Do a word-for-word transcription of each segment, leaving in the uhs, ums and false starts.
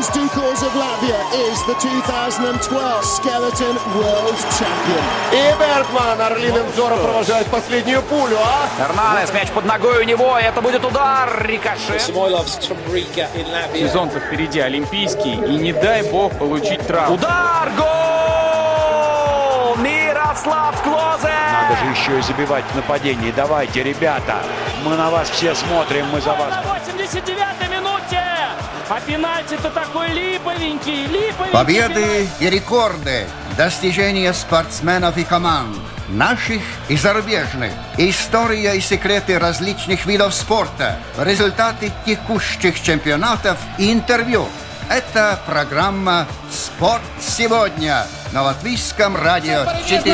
Martins Dukals of Latvia is the two thousand twelve Skeleton World Champion. И Бергман орлиным взором провожает последнюю пулю, а? Эрнанес, мяч под ногой у него, это будет удар, рикошет. Сезон-то впереди олимпийский, и не дай бог получить травму. Удар, гол! Мирослав Клозе! Надо же еще и забивать в нападении. Давайте, ребята, мы на вас все смотрим, мы за вас. На восемьдесят девятой минуте! А пенальти-то такой липовенький, липовенький. Победы и рекорды, достижения спортсменов и команд, наших и зарубежных, история и секреты различных видов спорта, результаты текущих чемпионатов и интервью. Это программа «Спорт сегодня» на Латвийском радио четыре.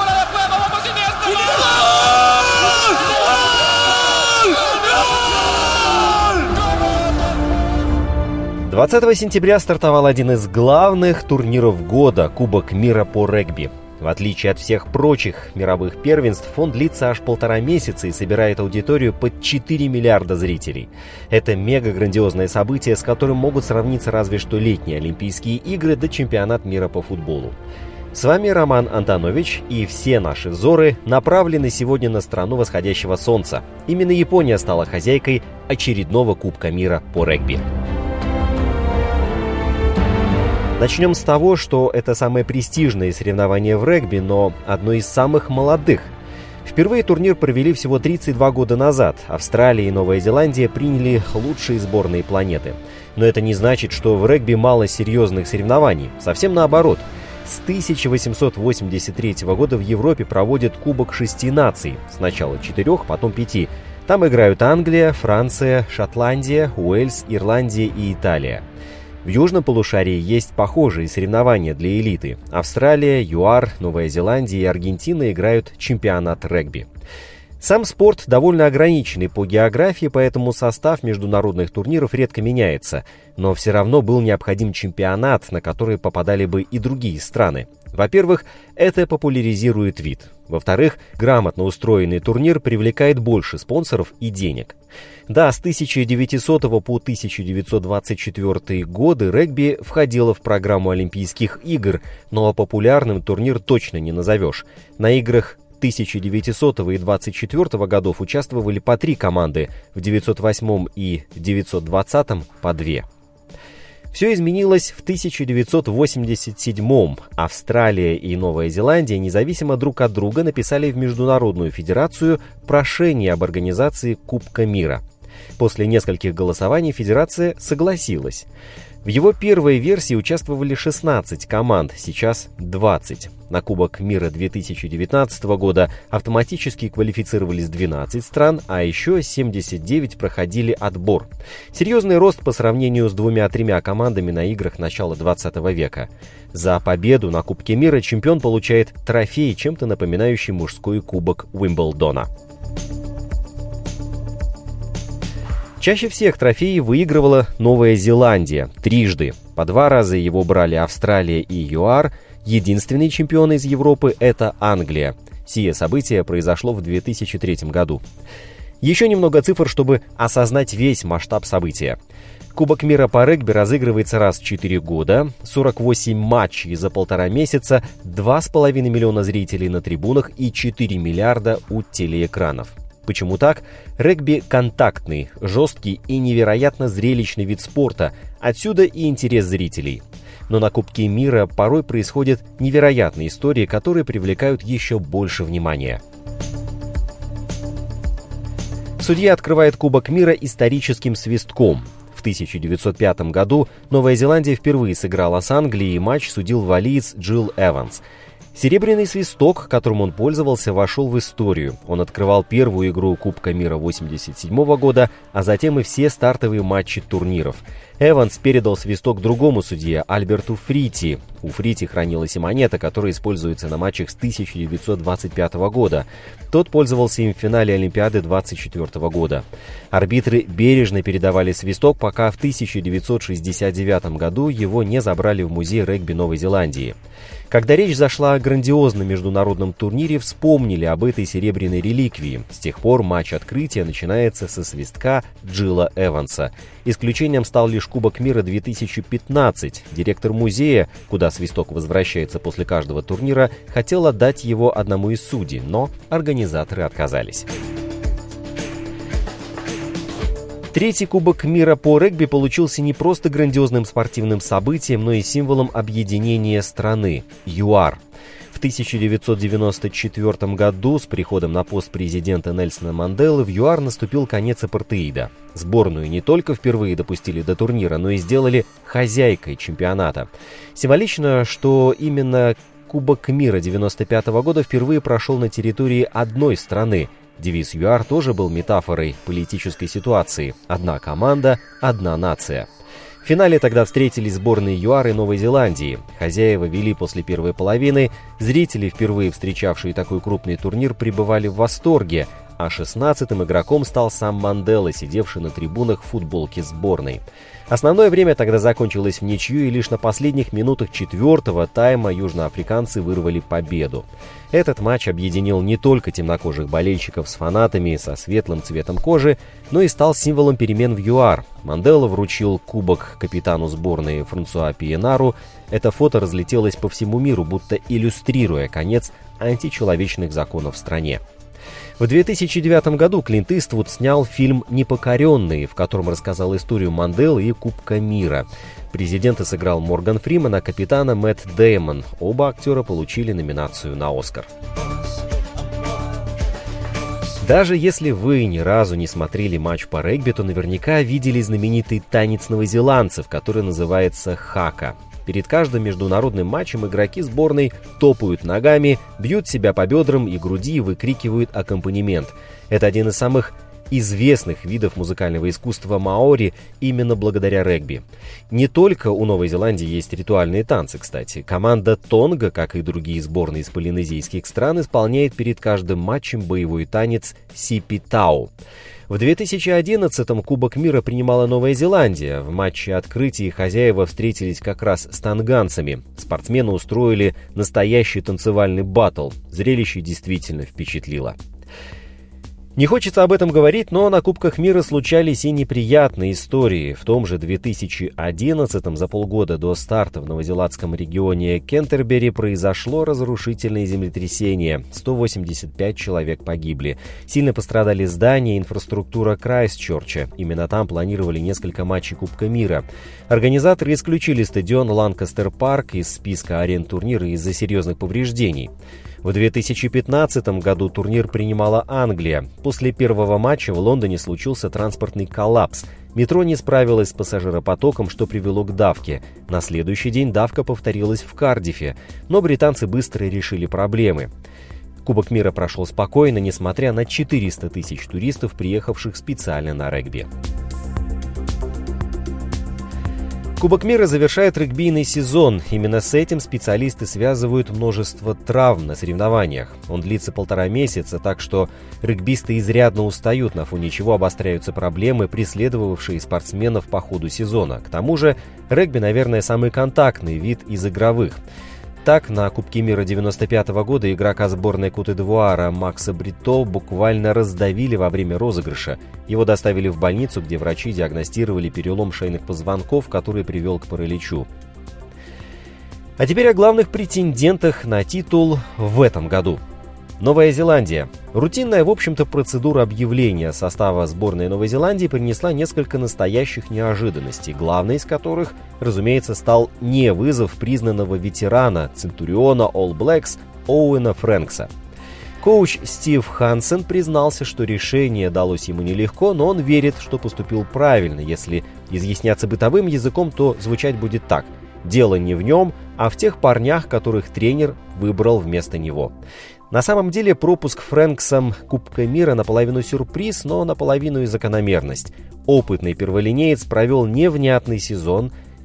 двадцатого сентября стартовал один из главных турниров года – Кубок мира по регби. В отличие от всех прочих мировых первенств, он длится аж полтора месяца и собирает аудиторию под четыре миллиарда зрителей. Это мега-грандиозное событие, с которым могут сравниться разве что летние Олимпийские игры да чемпионат мира по футболу. С вами Роман Антонович, и все наши взоры направлены сегодня на страну восходящего солнца. Именно Япония стала хозяйкой очередного Кубка мира по регби. Начнем с того, что это самое престижное соревнование в регби, но одно из самых молодых. Впервые турнир провели всего тридцать два года назад. Австралия и Новая Зеландия приняли лучшие сборные планеты. Но это не значит, что в регби мало серьезных соревнований. Совсем наоборот. С тысяча восемьсот восемьдесят третьего года в Европе проводят Кубок шести наций. Сначала четырех, потом пяти. Там играют Англия, Франция, Шотландия, Уэльс, Ирландия и Италия. В южном полушарии есть похожие соревнования для элиты. Австралия, ЮАР, Новая Зеландия и Аргентина играют чемпионат регби. Сам спорт довольно ограниченный по географии, поэтому состав международных турниров редко меняется. Но все равно был необходим чемпионат, на который попадали бы и другие страны. Во-первых, это популяризирует вид. Во-вторых, грамотно устроенный турнир привлекает больше спонсоров и денег. Да, с тысяча девятисотого по тысяча девятьсот двадцать четвёртый годы регби входило в программу Олимпийских игр, но популярным турнир точно не назовешь. На играх тысяча девятисотого и двадцать четвёртого годов участвовали по три команды, в девятьсот восьмом и девятьсот двадцатом по две. Все изменилось в тысяча девятьсот восемьдесят седьмом. Австралия и Новая Зеландия независимо друг от друга написали в Международную федерацию прошение об организации Кубка мира. После нескольких голосований федерация согласилась. В его первой версии участвовали шестнадцать команд, сейчас двадцать. На Кубок мира две тысячи девятнадцатого года автоматически квалифицировались двенадцать стран, а еще семьдесят девять проходили отбор. Серьезный рост по сравнению с двумя-тремя командами на играх начала двадцатого века. За победу на Кубке мира чемпион получает трофей, чем-то напоминающий мужской кубок Уимблдона. Чаще всех трофеи выигрывала Новая Зеландия трижды. По два раза его брали Австралия и ЮАР. Единственный чемпион из Европы – это Англия. Сие событие произошло в две тысячи третьем году. Еще немного цифр, чтобы осознать весь масштаб события. Кубок мира по регби разыгрывается раз в четыре года, сорок восемь матчей за полтора месяца, два с половиной миллиона зрителей на трибунах и четыре миллиарда у телеэкранов. Почему так? Регби контактный, жесткий и невероятно зрелищный вид спорта, отсюда и интерес зрителей. Но на Кубке мира порой происходят невероятные истории, которые привлекают еще больше внимания. Судья открывает Кубок мира историческим свистком. В тысяча девятьсот пятом году Новая Зеландия впервые сыграла с Англией, и матч судил валиец Джилл Эванс. Серебряный свисток, которым он пользовался, вошел в историю. Он открывал первую игру Кубка мира восемьдесят седьмого года, а затем и все стартовые матчи турниров. Эванс передал свисток другому судье, Альберту Фрити. У Фрити хранилась и монета, которая используется на матчах с тысяча девятьсот двадцать пятого года. Тот пользовался им в финале Олимпиады двадцать четвёртого года. Арбитры бережно передавали свисток, пока в тысяча девятьсот шестьдесят девятом году его не забрали в музей регби Новой Зеландии. Когда речь зашла о грандиозном международном турнире, вспомнили об этой серебряной реликвии. С тех пор матч открытия начинается со свистка Джилла Эванса. Исключением стал лишь Кубок мира две тысячи пятнадцать. Директор музея, куда свисток возвращается после каждого турнира, хотел отдать его одному из судей, но организаторы отказались. Третий Кубок мира по регби получился не просто грандиозным спортивным событием, но и символом объединения страны – ЮАР. В тысяча девятьсот девяносто четвёртом году с приходом на пост президента Нельсона Манделы в ЮАР наступил конец апартеида. Сборную не только впервые допустили до турнира, но и сделали хозяйкой чемпионата. Символично, что именно Кубок мира девяносто пятого года впервые прошел на территории одной страны. Девиз ЮАР тоже был метафорой политической ситуации «Одна команда, одна нация». В финале тогда встретились сборные ЮАР и Новой Зеландии. Хозяева вели после первой половины, зрители, впервые встречавшие такой крупный турнир, пребывали в восторге, а шестнадцатым игроком стал сам Мандела, сидевший на трибунах в футболке сборной. Основное время тогда закончилось в ничью, и лишь на последних минутах четвертого тайма южноафриканцы вырвали победу. Этот матч объединил не только темнокожих болельщиков с фанатами со светлым цветом кожи, но и стал символом перемен в ЮАР. Мандела вручил кубок капитану сборной Франсуа Пиенару. Это фото разлетелось по всему миру, будто иллюстрируя конец античеловечных законов в стране. В две тысячи девятом году Клинт Иствуд снял фильм «Непокоренные», в котором рассказал историю Манделы и Кубка мира. Президента сыграл Морган Фриман, а капитана Мэтт Дэймон. Оба актера получили номинацию на «Оскар». Даже если вы ни разу не смотрели матч по регби, то наверняка видели знаменитый танец новозеландцев, который называется хака. Перед каждым международным матчем игроки сборной топают ногами, бьют себя по бедрам и груди и выкрикивают аккомпанемент. Это один из самых известных видов музыкального искусства маори именно благодаря регби. Не только у Новой Зеландии есть ритуальные танцы, кстати. Команда Тонга, как и другие сборные из полинезийских стран, исполняет перед каждым матчем боевой танец сипи-тау. В две тысячи одиннадцатом Кубок мира принимала Новая Зеландия. В матче открытия хозяева встретились как раз с тонганцами. Спортсмены устроили настоящий танцевальный баттл. Зрелище действительно впечатлило. Не хочется об этом говорить, но на Кубках мира случались и неприятные истории. В том же две тысячи одиннадцатом, за полгода до старта в новозеландском регионе Кентербери, произошло разрушительное землетрясение. сто восемьдесят пять человек погибли. Сильно пострадали здания и инфраструктура Крайстчерча. Именно там планировали несколько матчей Кубка мира. Организаторы исключили стадион Ланкастер-парк из списка арен турнира из-за серьезных повреждений. В две тысячи пятнадцатом году турнир принимала Англия. После первого матча в Лондоне случился транспортный коллапс. Метро не справилось с пассажиропотоком, что привело к давке. На следующий день давка повторилась в Кардифе, но британцы быстро решили проблемы. Кубок мира прошел спокойно, несмотря на четыреста тысяч туристов, приехавших специально на регби. Кубок мира завершает регбийный сезон. Именно с этим специалисты связывают множество травм на соревнованиях. Он длится полтора месяца, так что регбисты изрядно устают, на фоне чего обостряются проблемы, преследовавшие спортсменов по ходу сезона. К тому же регби, наверное, самый контактный вид из игровых. Так, на Кубке мира девяносто пятого года игрока сборной Кот-д'Ивуара Макса Брито буквально раздавили во время розыгрыша. Его доставили в больницу, где врачи диагностировали перелом шейных позвонков, который привел к параличу. А теперь о главных претендентах на титул в этом году. Новая Зеландия. Рутинная, в общем-то, процедура объявления состава сборной Новой Зеландии принесла несколько настоящих неожиданностей, главной из которых, разумеется, стал не вызов признанного ветерана, центуриона All Blacks Оуэна Фрэнкса. Коуч Стив Хансен признался, что решение далось ему нелегко, но он верит, что поступил правильно. Если изъясняться бытовым языком, то звучать будет так: дело не в нем, а в тех парнях, которых тренер выбрал вместо него. На самом деле пропуск Фрэнксом Кубка мира наполовину сюрприз, но наполовину и закономерность. Опытный перволинеец провел невнятный сезон,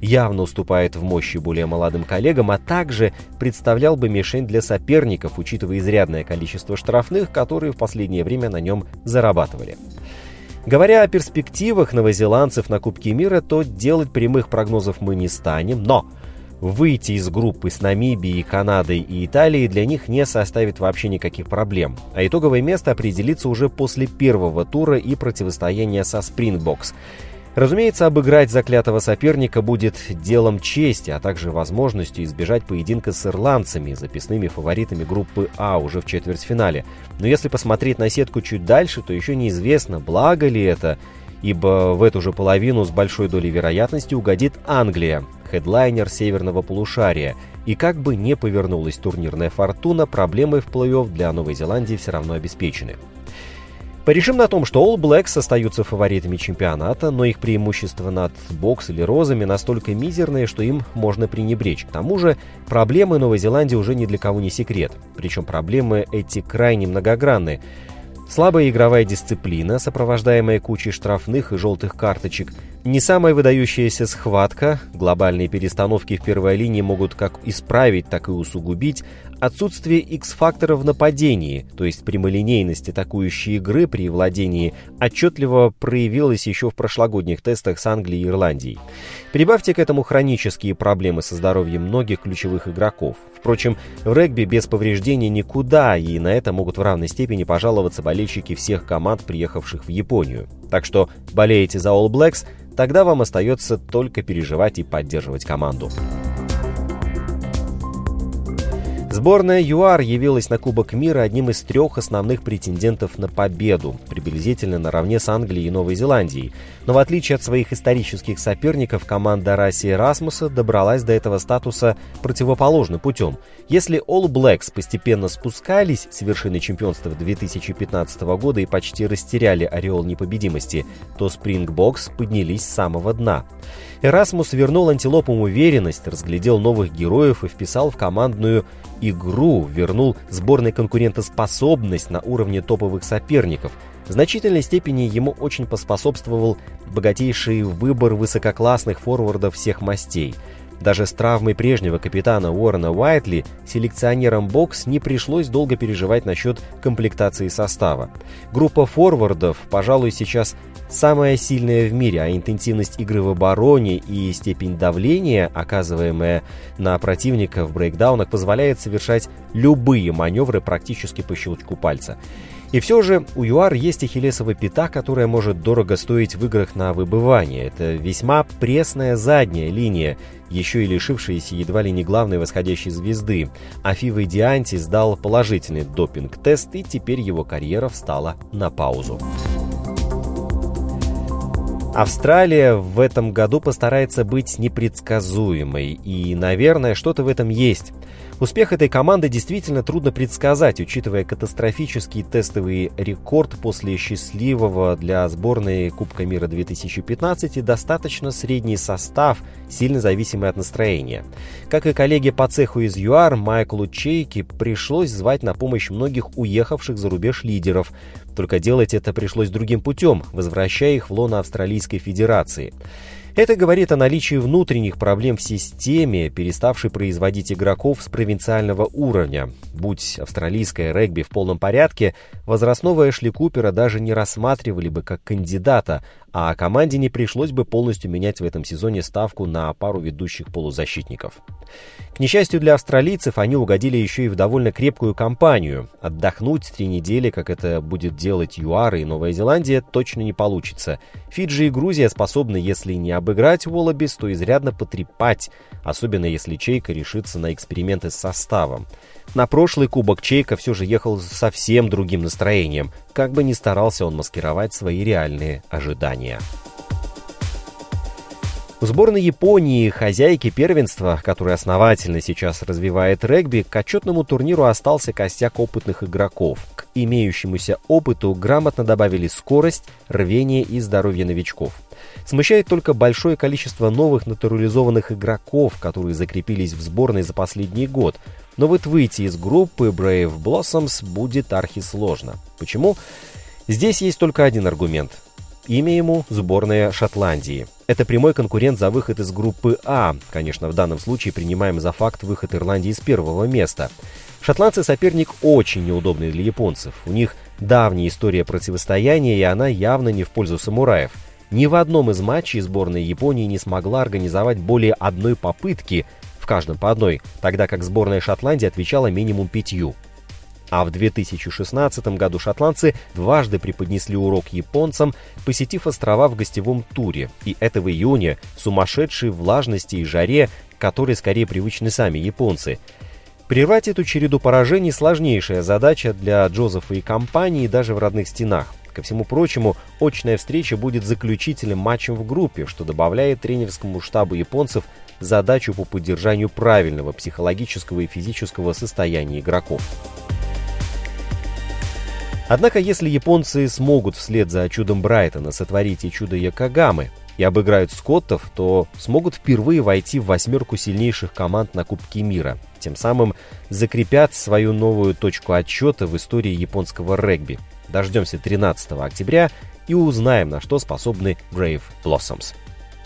явно уступает в мощи более молодым коллегам, а также представлял бы мишень для соперников, учитывая изрядное количество штрафных, которые в последнее время на нем зарабатывали. Говоря о перспективах новозеландцев на Кубке мира, то делать прямых прогнозов мы не станем, но выйти из группы с Намибией, Канадой и Италией для них не составит вообще никаких проблем, а итоговое место определится уже после первого тура и противостояния со Спрингбокс. Разумеется, обыграть заклятого соперника будет делом чести, а также возможностью избежать поединка с ирландцами, записными фаворитами группы А уже в четвертьфинале. Но если посмотреть на сетку чуть дальше, то еще неизвестно, благо ли это, ибо в эту же половину с большой долей вероятности угодит Англия, хедлайнер северного полушария. И как бы не повернулась турнирная фортуна, проблемы в плей-офф для Новой Зеландии все равно обеспечены. Порешим на том, что All Blacks остаются фаворитами чемпионата, но их преимущество над Бокс или Розами настолько мизерное, что им можно пренебречь. К тому же проблемы Новой Зеландии уже ни для кого не секрет. Причем проблемы эти крайне многогранны. Слабая игровая дисциплина, сопровождаемая кучей штрафных и желтых карточек, не самая выдающаяся схватка, глобальные перестановки в первой линии могут как исправить, так и усугубить, отсутствие икс-фактора в нападении, то есть прямолинейность атакующей игры при владении, отчетливо проявилось еще в прошлогодних тестах с Англией и Ирландией. Прибавьте к этому хронические проблемы со здоровьем многих ключевых игроков. Впрочем, в регби без повреждений никуда, и на это могут в равной степени пожаловаться болельщики всех команд, приехавших в Японию. Так что болеете за All Blacks, тогда вам остается только переживать и поддерживать команду. Сборная ЮАР явилась на Кубок мира одним из трех основных претендентов на победу, приблизительно наравне с Англией и Новой Зеландией. Но в отличие от своих исторических соперников, команда Расси Эрасмуса добралась до этого статуса противоположным путем. Если All Blacks постепенно спускались с вершины чемпионства две тысячи пятнадцатого года и почти растеряли ореол непобедимости, то Спрингбокс поднялись с самого дна. Эрасмус вернул антилопам уверенность, разглядел новых героев и вписал в командную игру, вернул сборной конкурентоспособность на уровне топовых соперников. В значительной степени ему очень поспособствовал богатейший выбор высококлассных форвардов всех мастей. Даже с травмой прежнего капитана Уоррена Уайтли селекционерам Бокс не пришлось долго переживать насчет комплектации состава. Группа форвардов, пожалуй, сейчас самая сильная в мире, а интенсивность игры в обороне и степень давления, оказываемая на противника в брейкдаунах, позволяет совершать любые маневры практически по щелчку пальца. И все же у ЮАР есть ахиллесова пята, которая может дорого стоить в играх на выбывание. Это весьма пресная задняя линия, еще и лишившаяся едва ли не главной восходящей звезды. Афива Дианти сдал положительный допинг-тест, и теперь его карьера встала на паузу. Австралия в этом году постарается быть непредсказуемой, и, наверное, что-то в этом есть. Успех этой команды действительно трудно предсказать, учитывая катастрофический тестовый рекорд после счастливого для сборной Кубка мира две тысячи пятнадцать и достаточно средний состав, сильно зависимый от настроения. Как и коллеги по цеху из ЮАР, Майклу Чейке пришлось звать на помощь многих уехавших за рубеж лидеров. Только делать это пришлось другим путем, возвращая их в лоно Австралийской Федерации. Это говорит о наличии внутренних проблем в системе, переставшей производить игроков с провинциального уровня. Будь австралийское регби в полном порядке, возрастного Эшли Купера даже не рассматривали бы как кандидата, а команде не пришлось бы полностью менять в этом сезоне ставку на пару ведущих полузащитников. К несчастью для австралийцев, они угодили еще и в довольно крепкую кампанию. Отдохнуть три недели, как это будет делать ЮАР и Новая Зеландия, точно не получится. Фиджи и Грузия способны, если не обыграть Уоллабис, то изрядно потрепать, особенно если Чейка решится на эксперименты с составом. На прошлый кубок Чейка все же ехал с совсем другим настроением, как бы ни старался он маскировать свои реальные ожидания. У сборной Японии, хозяйки первенства, которая основательно сейчас развивает регби, к отчетному турниру остался костяк опытных игроков. К имеющемуся опыту грамотно добавили скорость, рвение и здоровье новичков. Смущает только большое количество новых натурализованных игроков, которые закрепились в сборной за последний год. Но вот выйти из группы Brave Blossoms будет архисложно. Почему? Здесь есть только один аргумент. Имя ему – сборная Шотландии. Это прямой конкурент за выход из группы А. Конечно, в данном случае принимаем за факт выход Ирландии с первого места. Шотландцы соперник очень неудобный для японцев. У них давняя история противостояния, и она явно не в пользу самураев. Ни в одном из матчей сборная Японии не смогла организовать более одной попытки, в каждом по одной, тогда как сборная Шотландии отвечала минимум пятью. А в две тысячи шестнадцатом году шотландцы дважды преподнесли урок японцам, посетив острова в гостевом туре. И это в июне, в сумасшедшей влажности и жаре, которой скорее привычны сами японцы. Прервать эту череду поражений – сложнейшая задача для Джозефа и компании даже в родных стенах. Ко всему прочему, очная встреча будет заключительным матчем в группе, что добавляет тренерскому штабу японцев задачу по поддержанию правильного психологического и физического состояния игроков. Однако, если японцы смогут вслед за чудом Брайтона сотворить и чудо Йокогамы и обыграют скоттов, то смогут впервые войти в восьмерку сильнейших команд на Кубке мира. Тем самым закрепят свою новую точку отсчета в истории японского регби. Дождемся тринадцатого октября и узнаем, на что способны Brave Blossoms.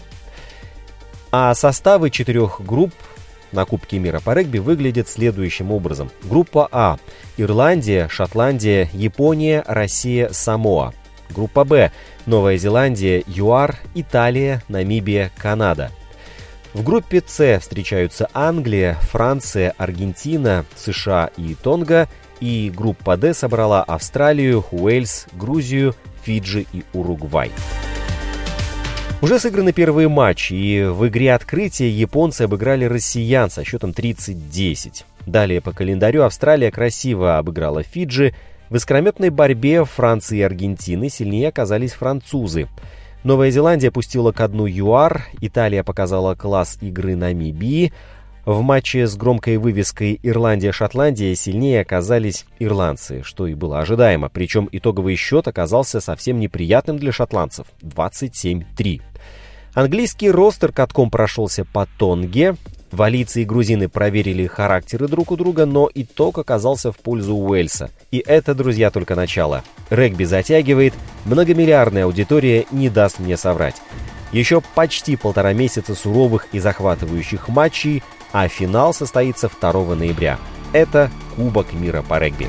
А составы четырех групп на Кубке мира по регби выглядят следующим образом. Группа А – Ирландия, Шотландия, Япония, Россия, Самоа. Группа Б – Новая Зеландия, ЮАР, Италия, Намибия, Канада. В группе С встречаются Англия, Франция, Аргентина, США и Тонга. И группа Д собрала Австралию, Уэльс, Грузию, Фиджи и Уругвай. Уже сыграны первые матчи, и в игре открытия японцы обыграли россиян со счетом тридцать десять. Далее по календарю Австралия красиво обыграла Фиджи. В искрометной борьбе Франции и Аргентины сильнее оказались французы. Новая Зеландия пустила ко дну ЮАР, Италия показала класс игры Намибии. В матче с громкой вывеской «Ирландия-Шотландия» сильнее оказались ирландцы, что и было ожидаемо. Причем итоговый счет оказался совсем неприятным для шотландцев – двадцать семь три. Английский ростер катком прошелся по Тонге. Валийцы и грузины проверили характеры друг у друга, но итог оказался в пользу Уэльса. И это, друзья, только начало. Регби затягивает, многомиллиардная аудитория не даст мне соврать. Еще почти полтора месяца суровых и захватывающих матчей, а финал состоится второго ноября. Это Кубок мира по регби.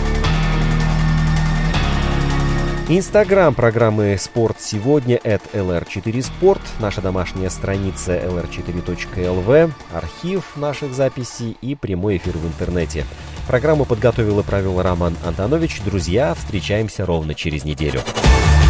Инстаграм программы «Спорт сегодня» эт эл эр четыре спорт, наша домашняя страница эл эр четыре точка эл ви, архив наших записей и прямой эфир в интернете. Программу подготовил и провел Роман Антонович. Друзья, встречаемся ровно через неделю.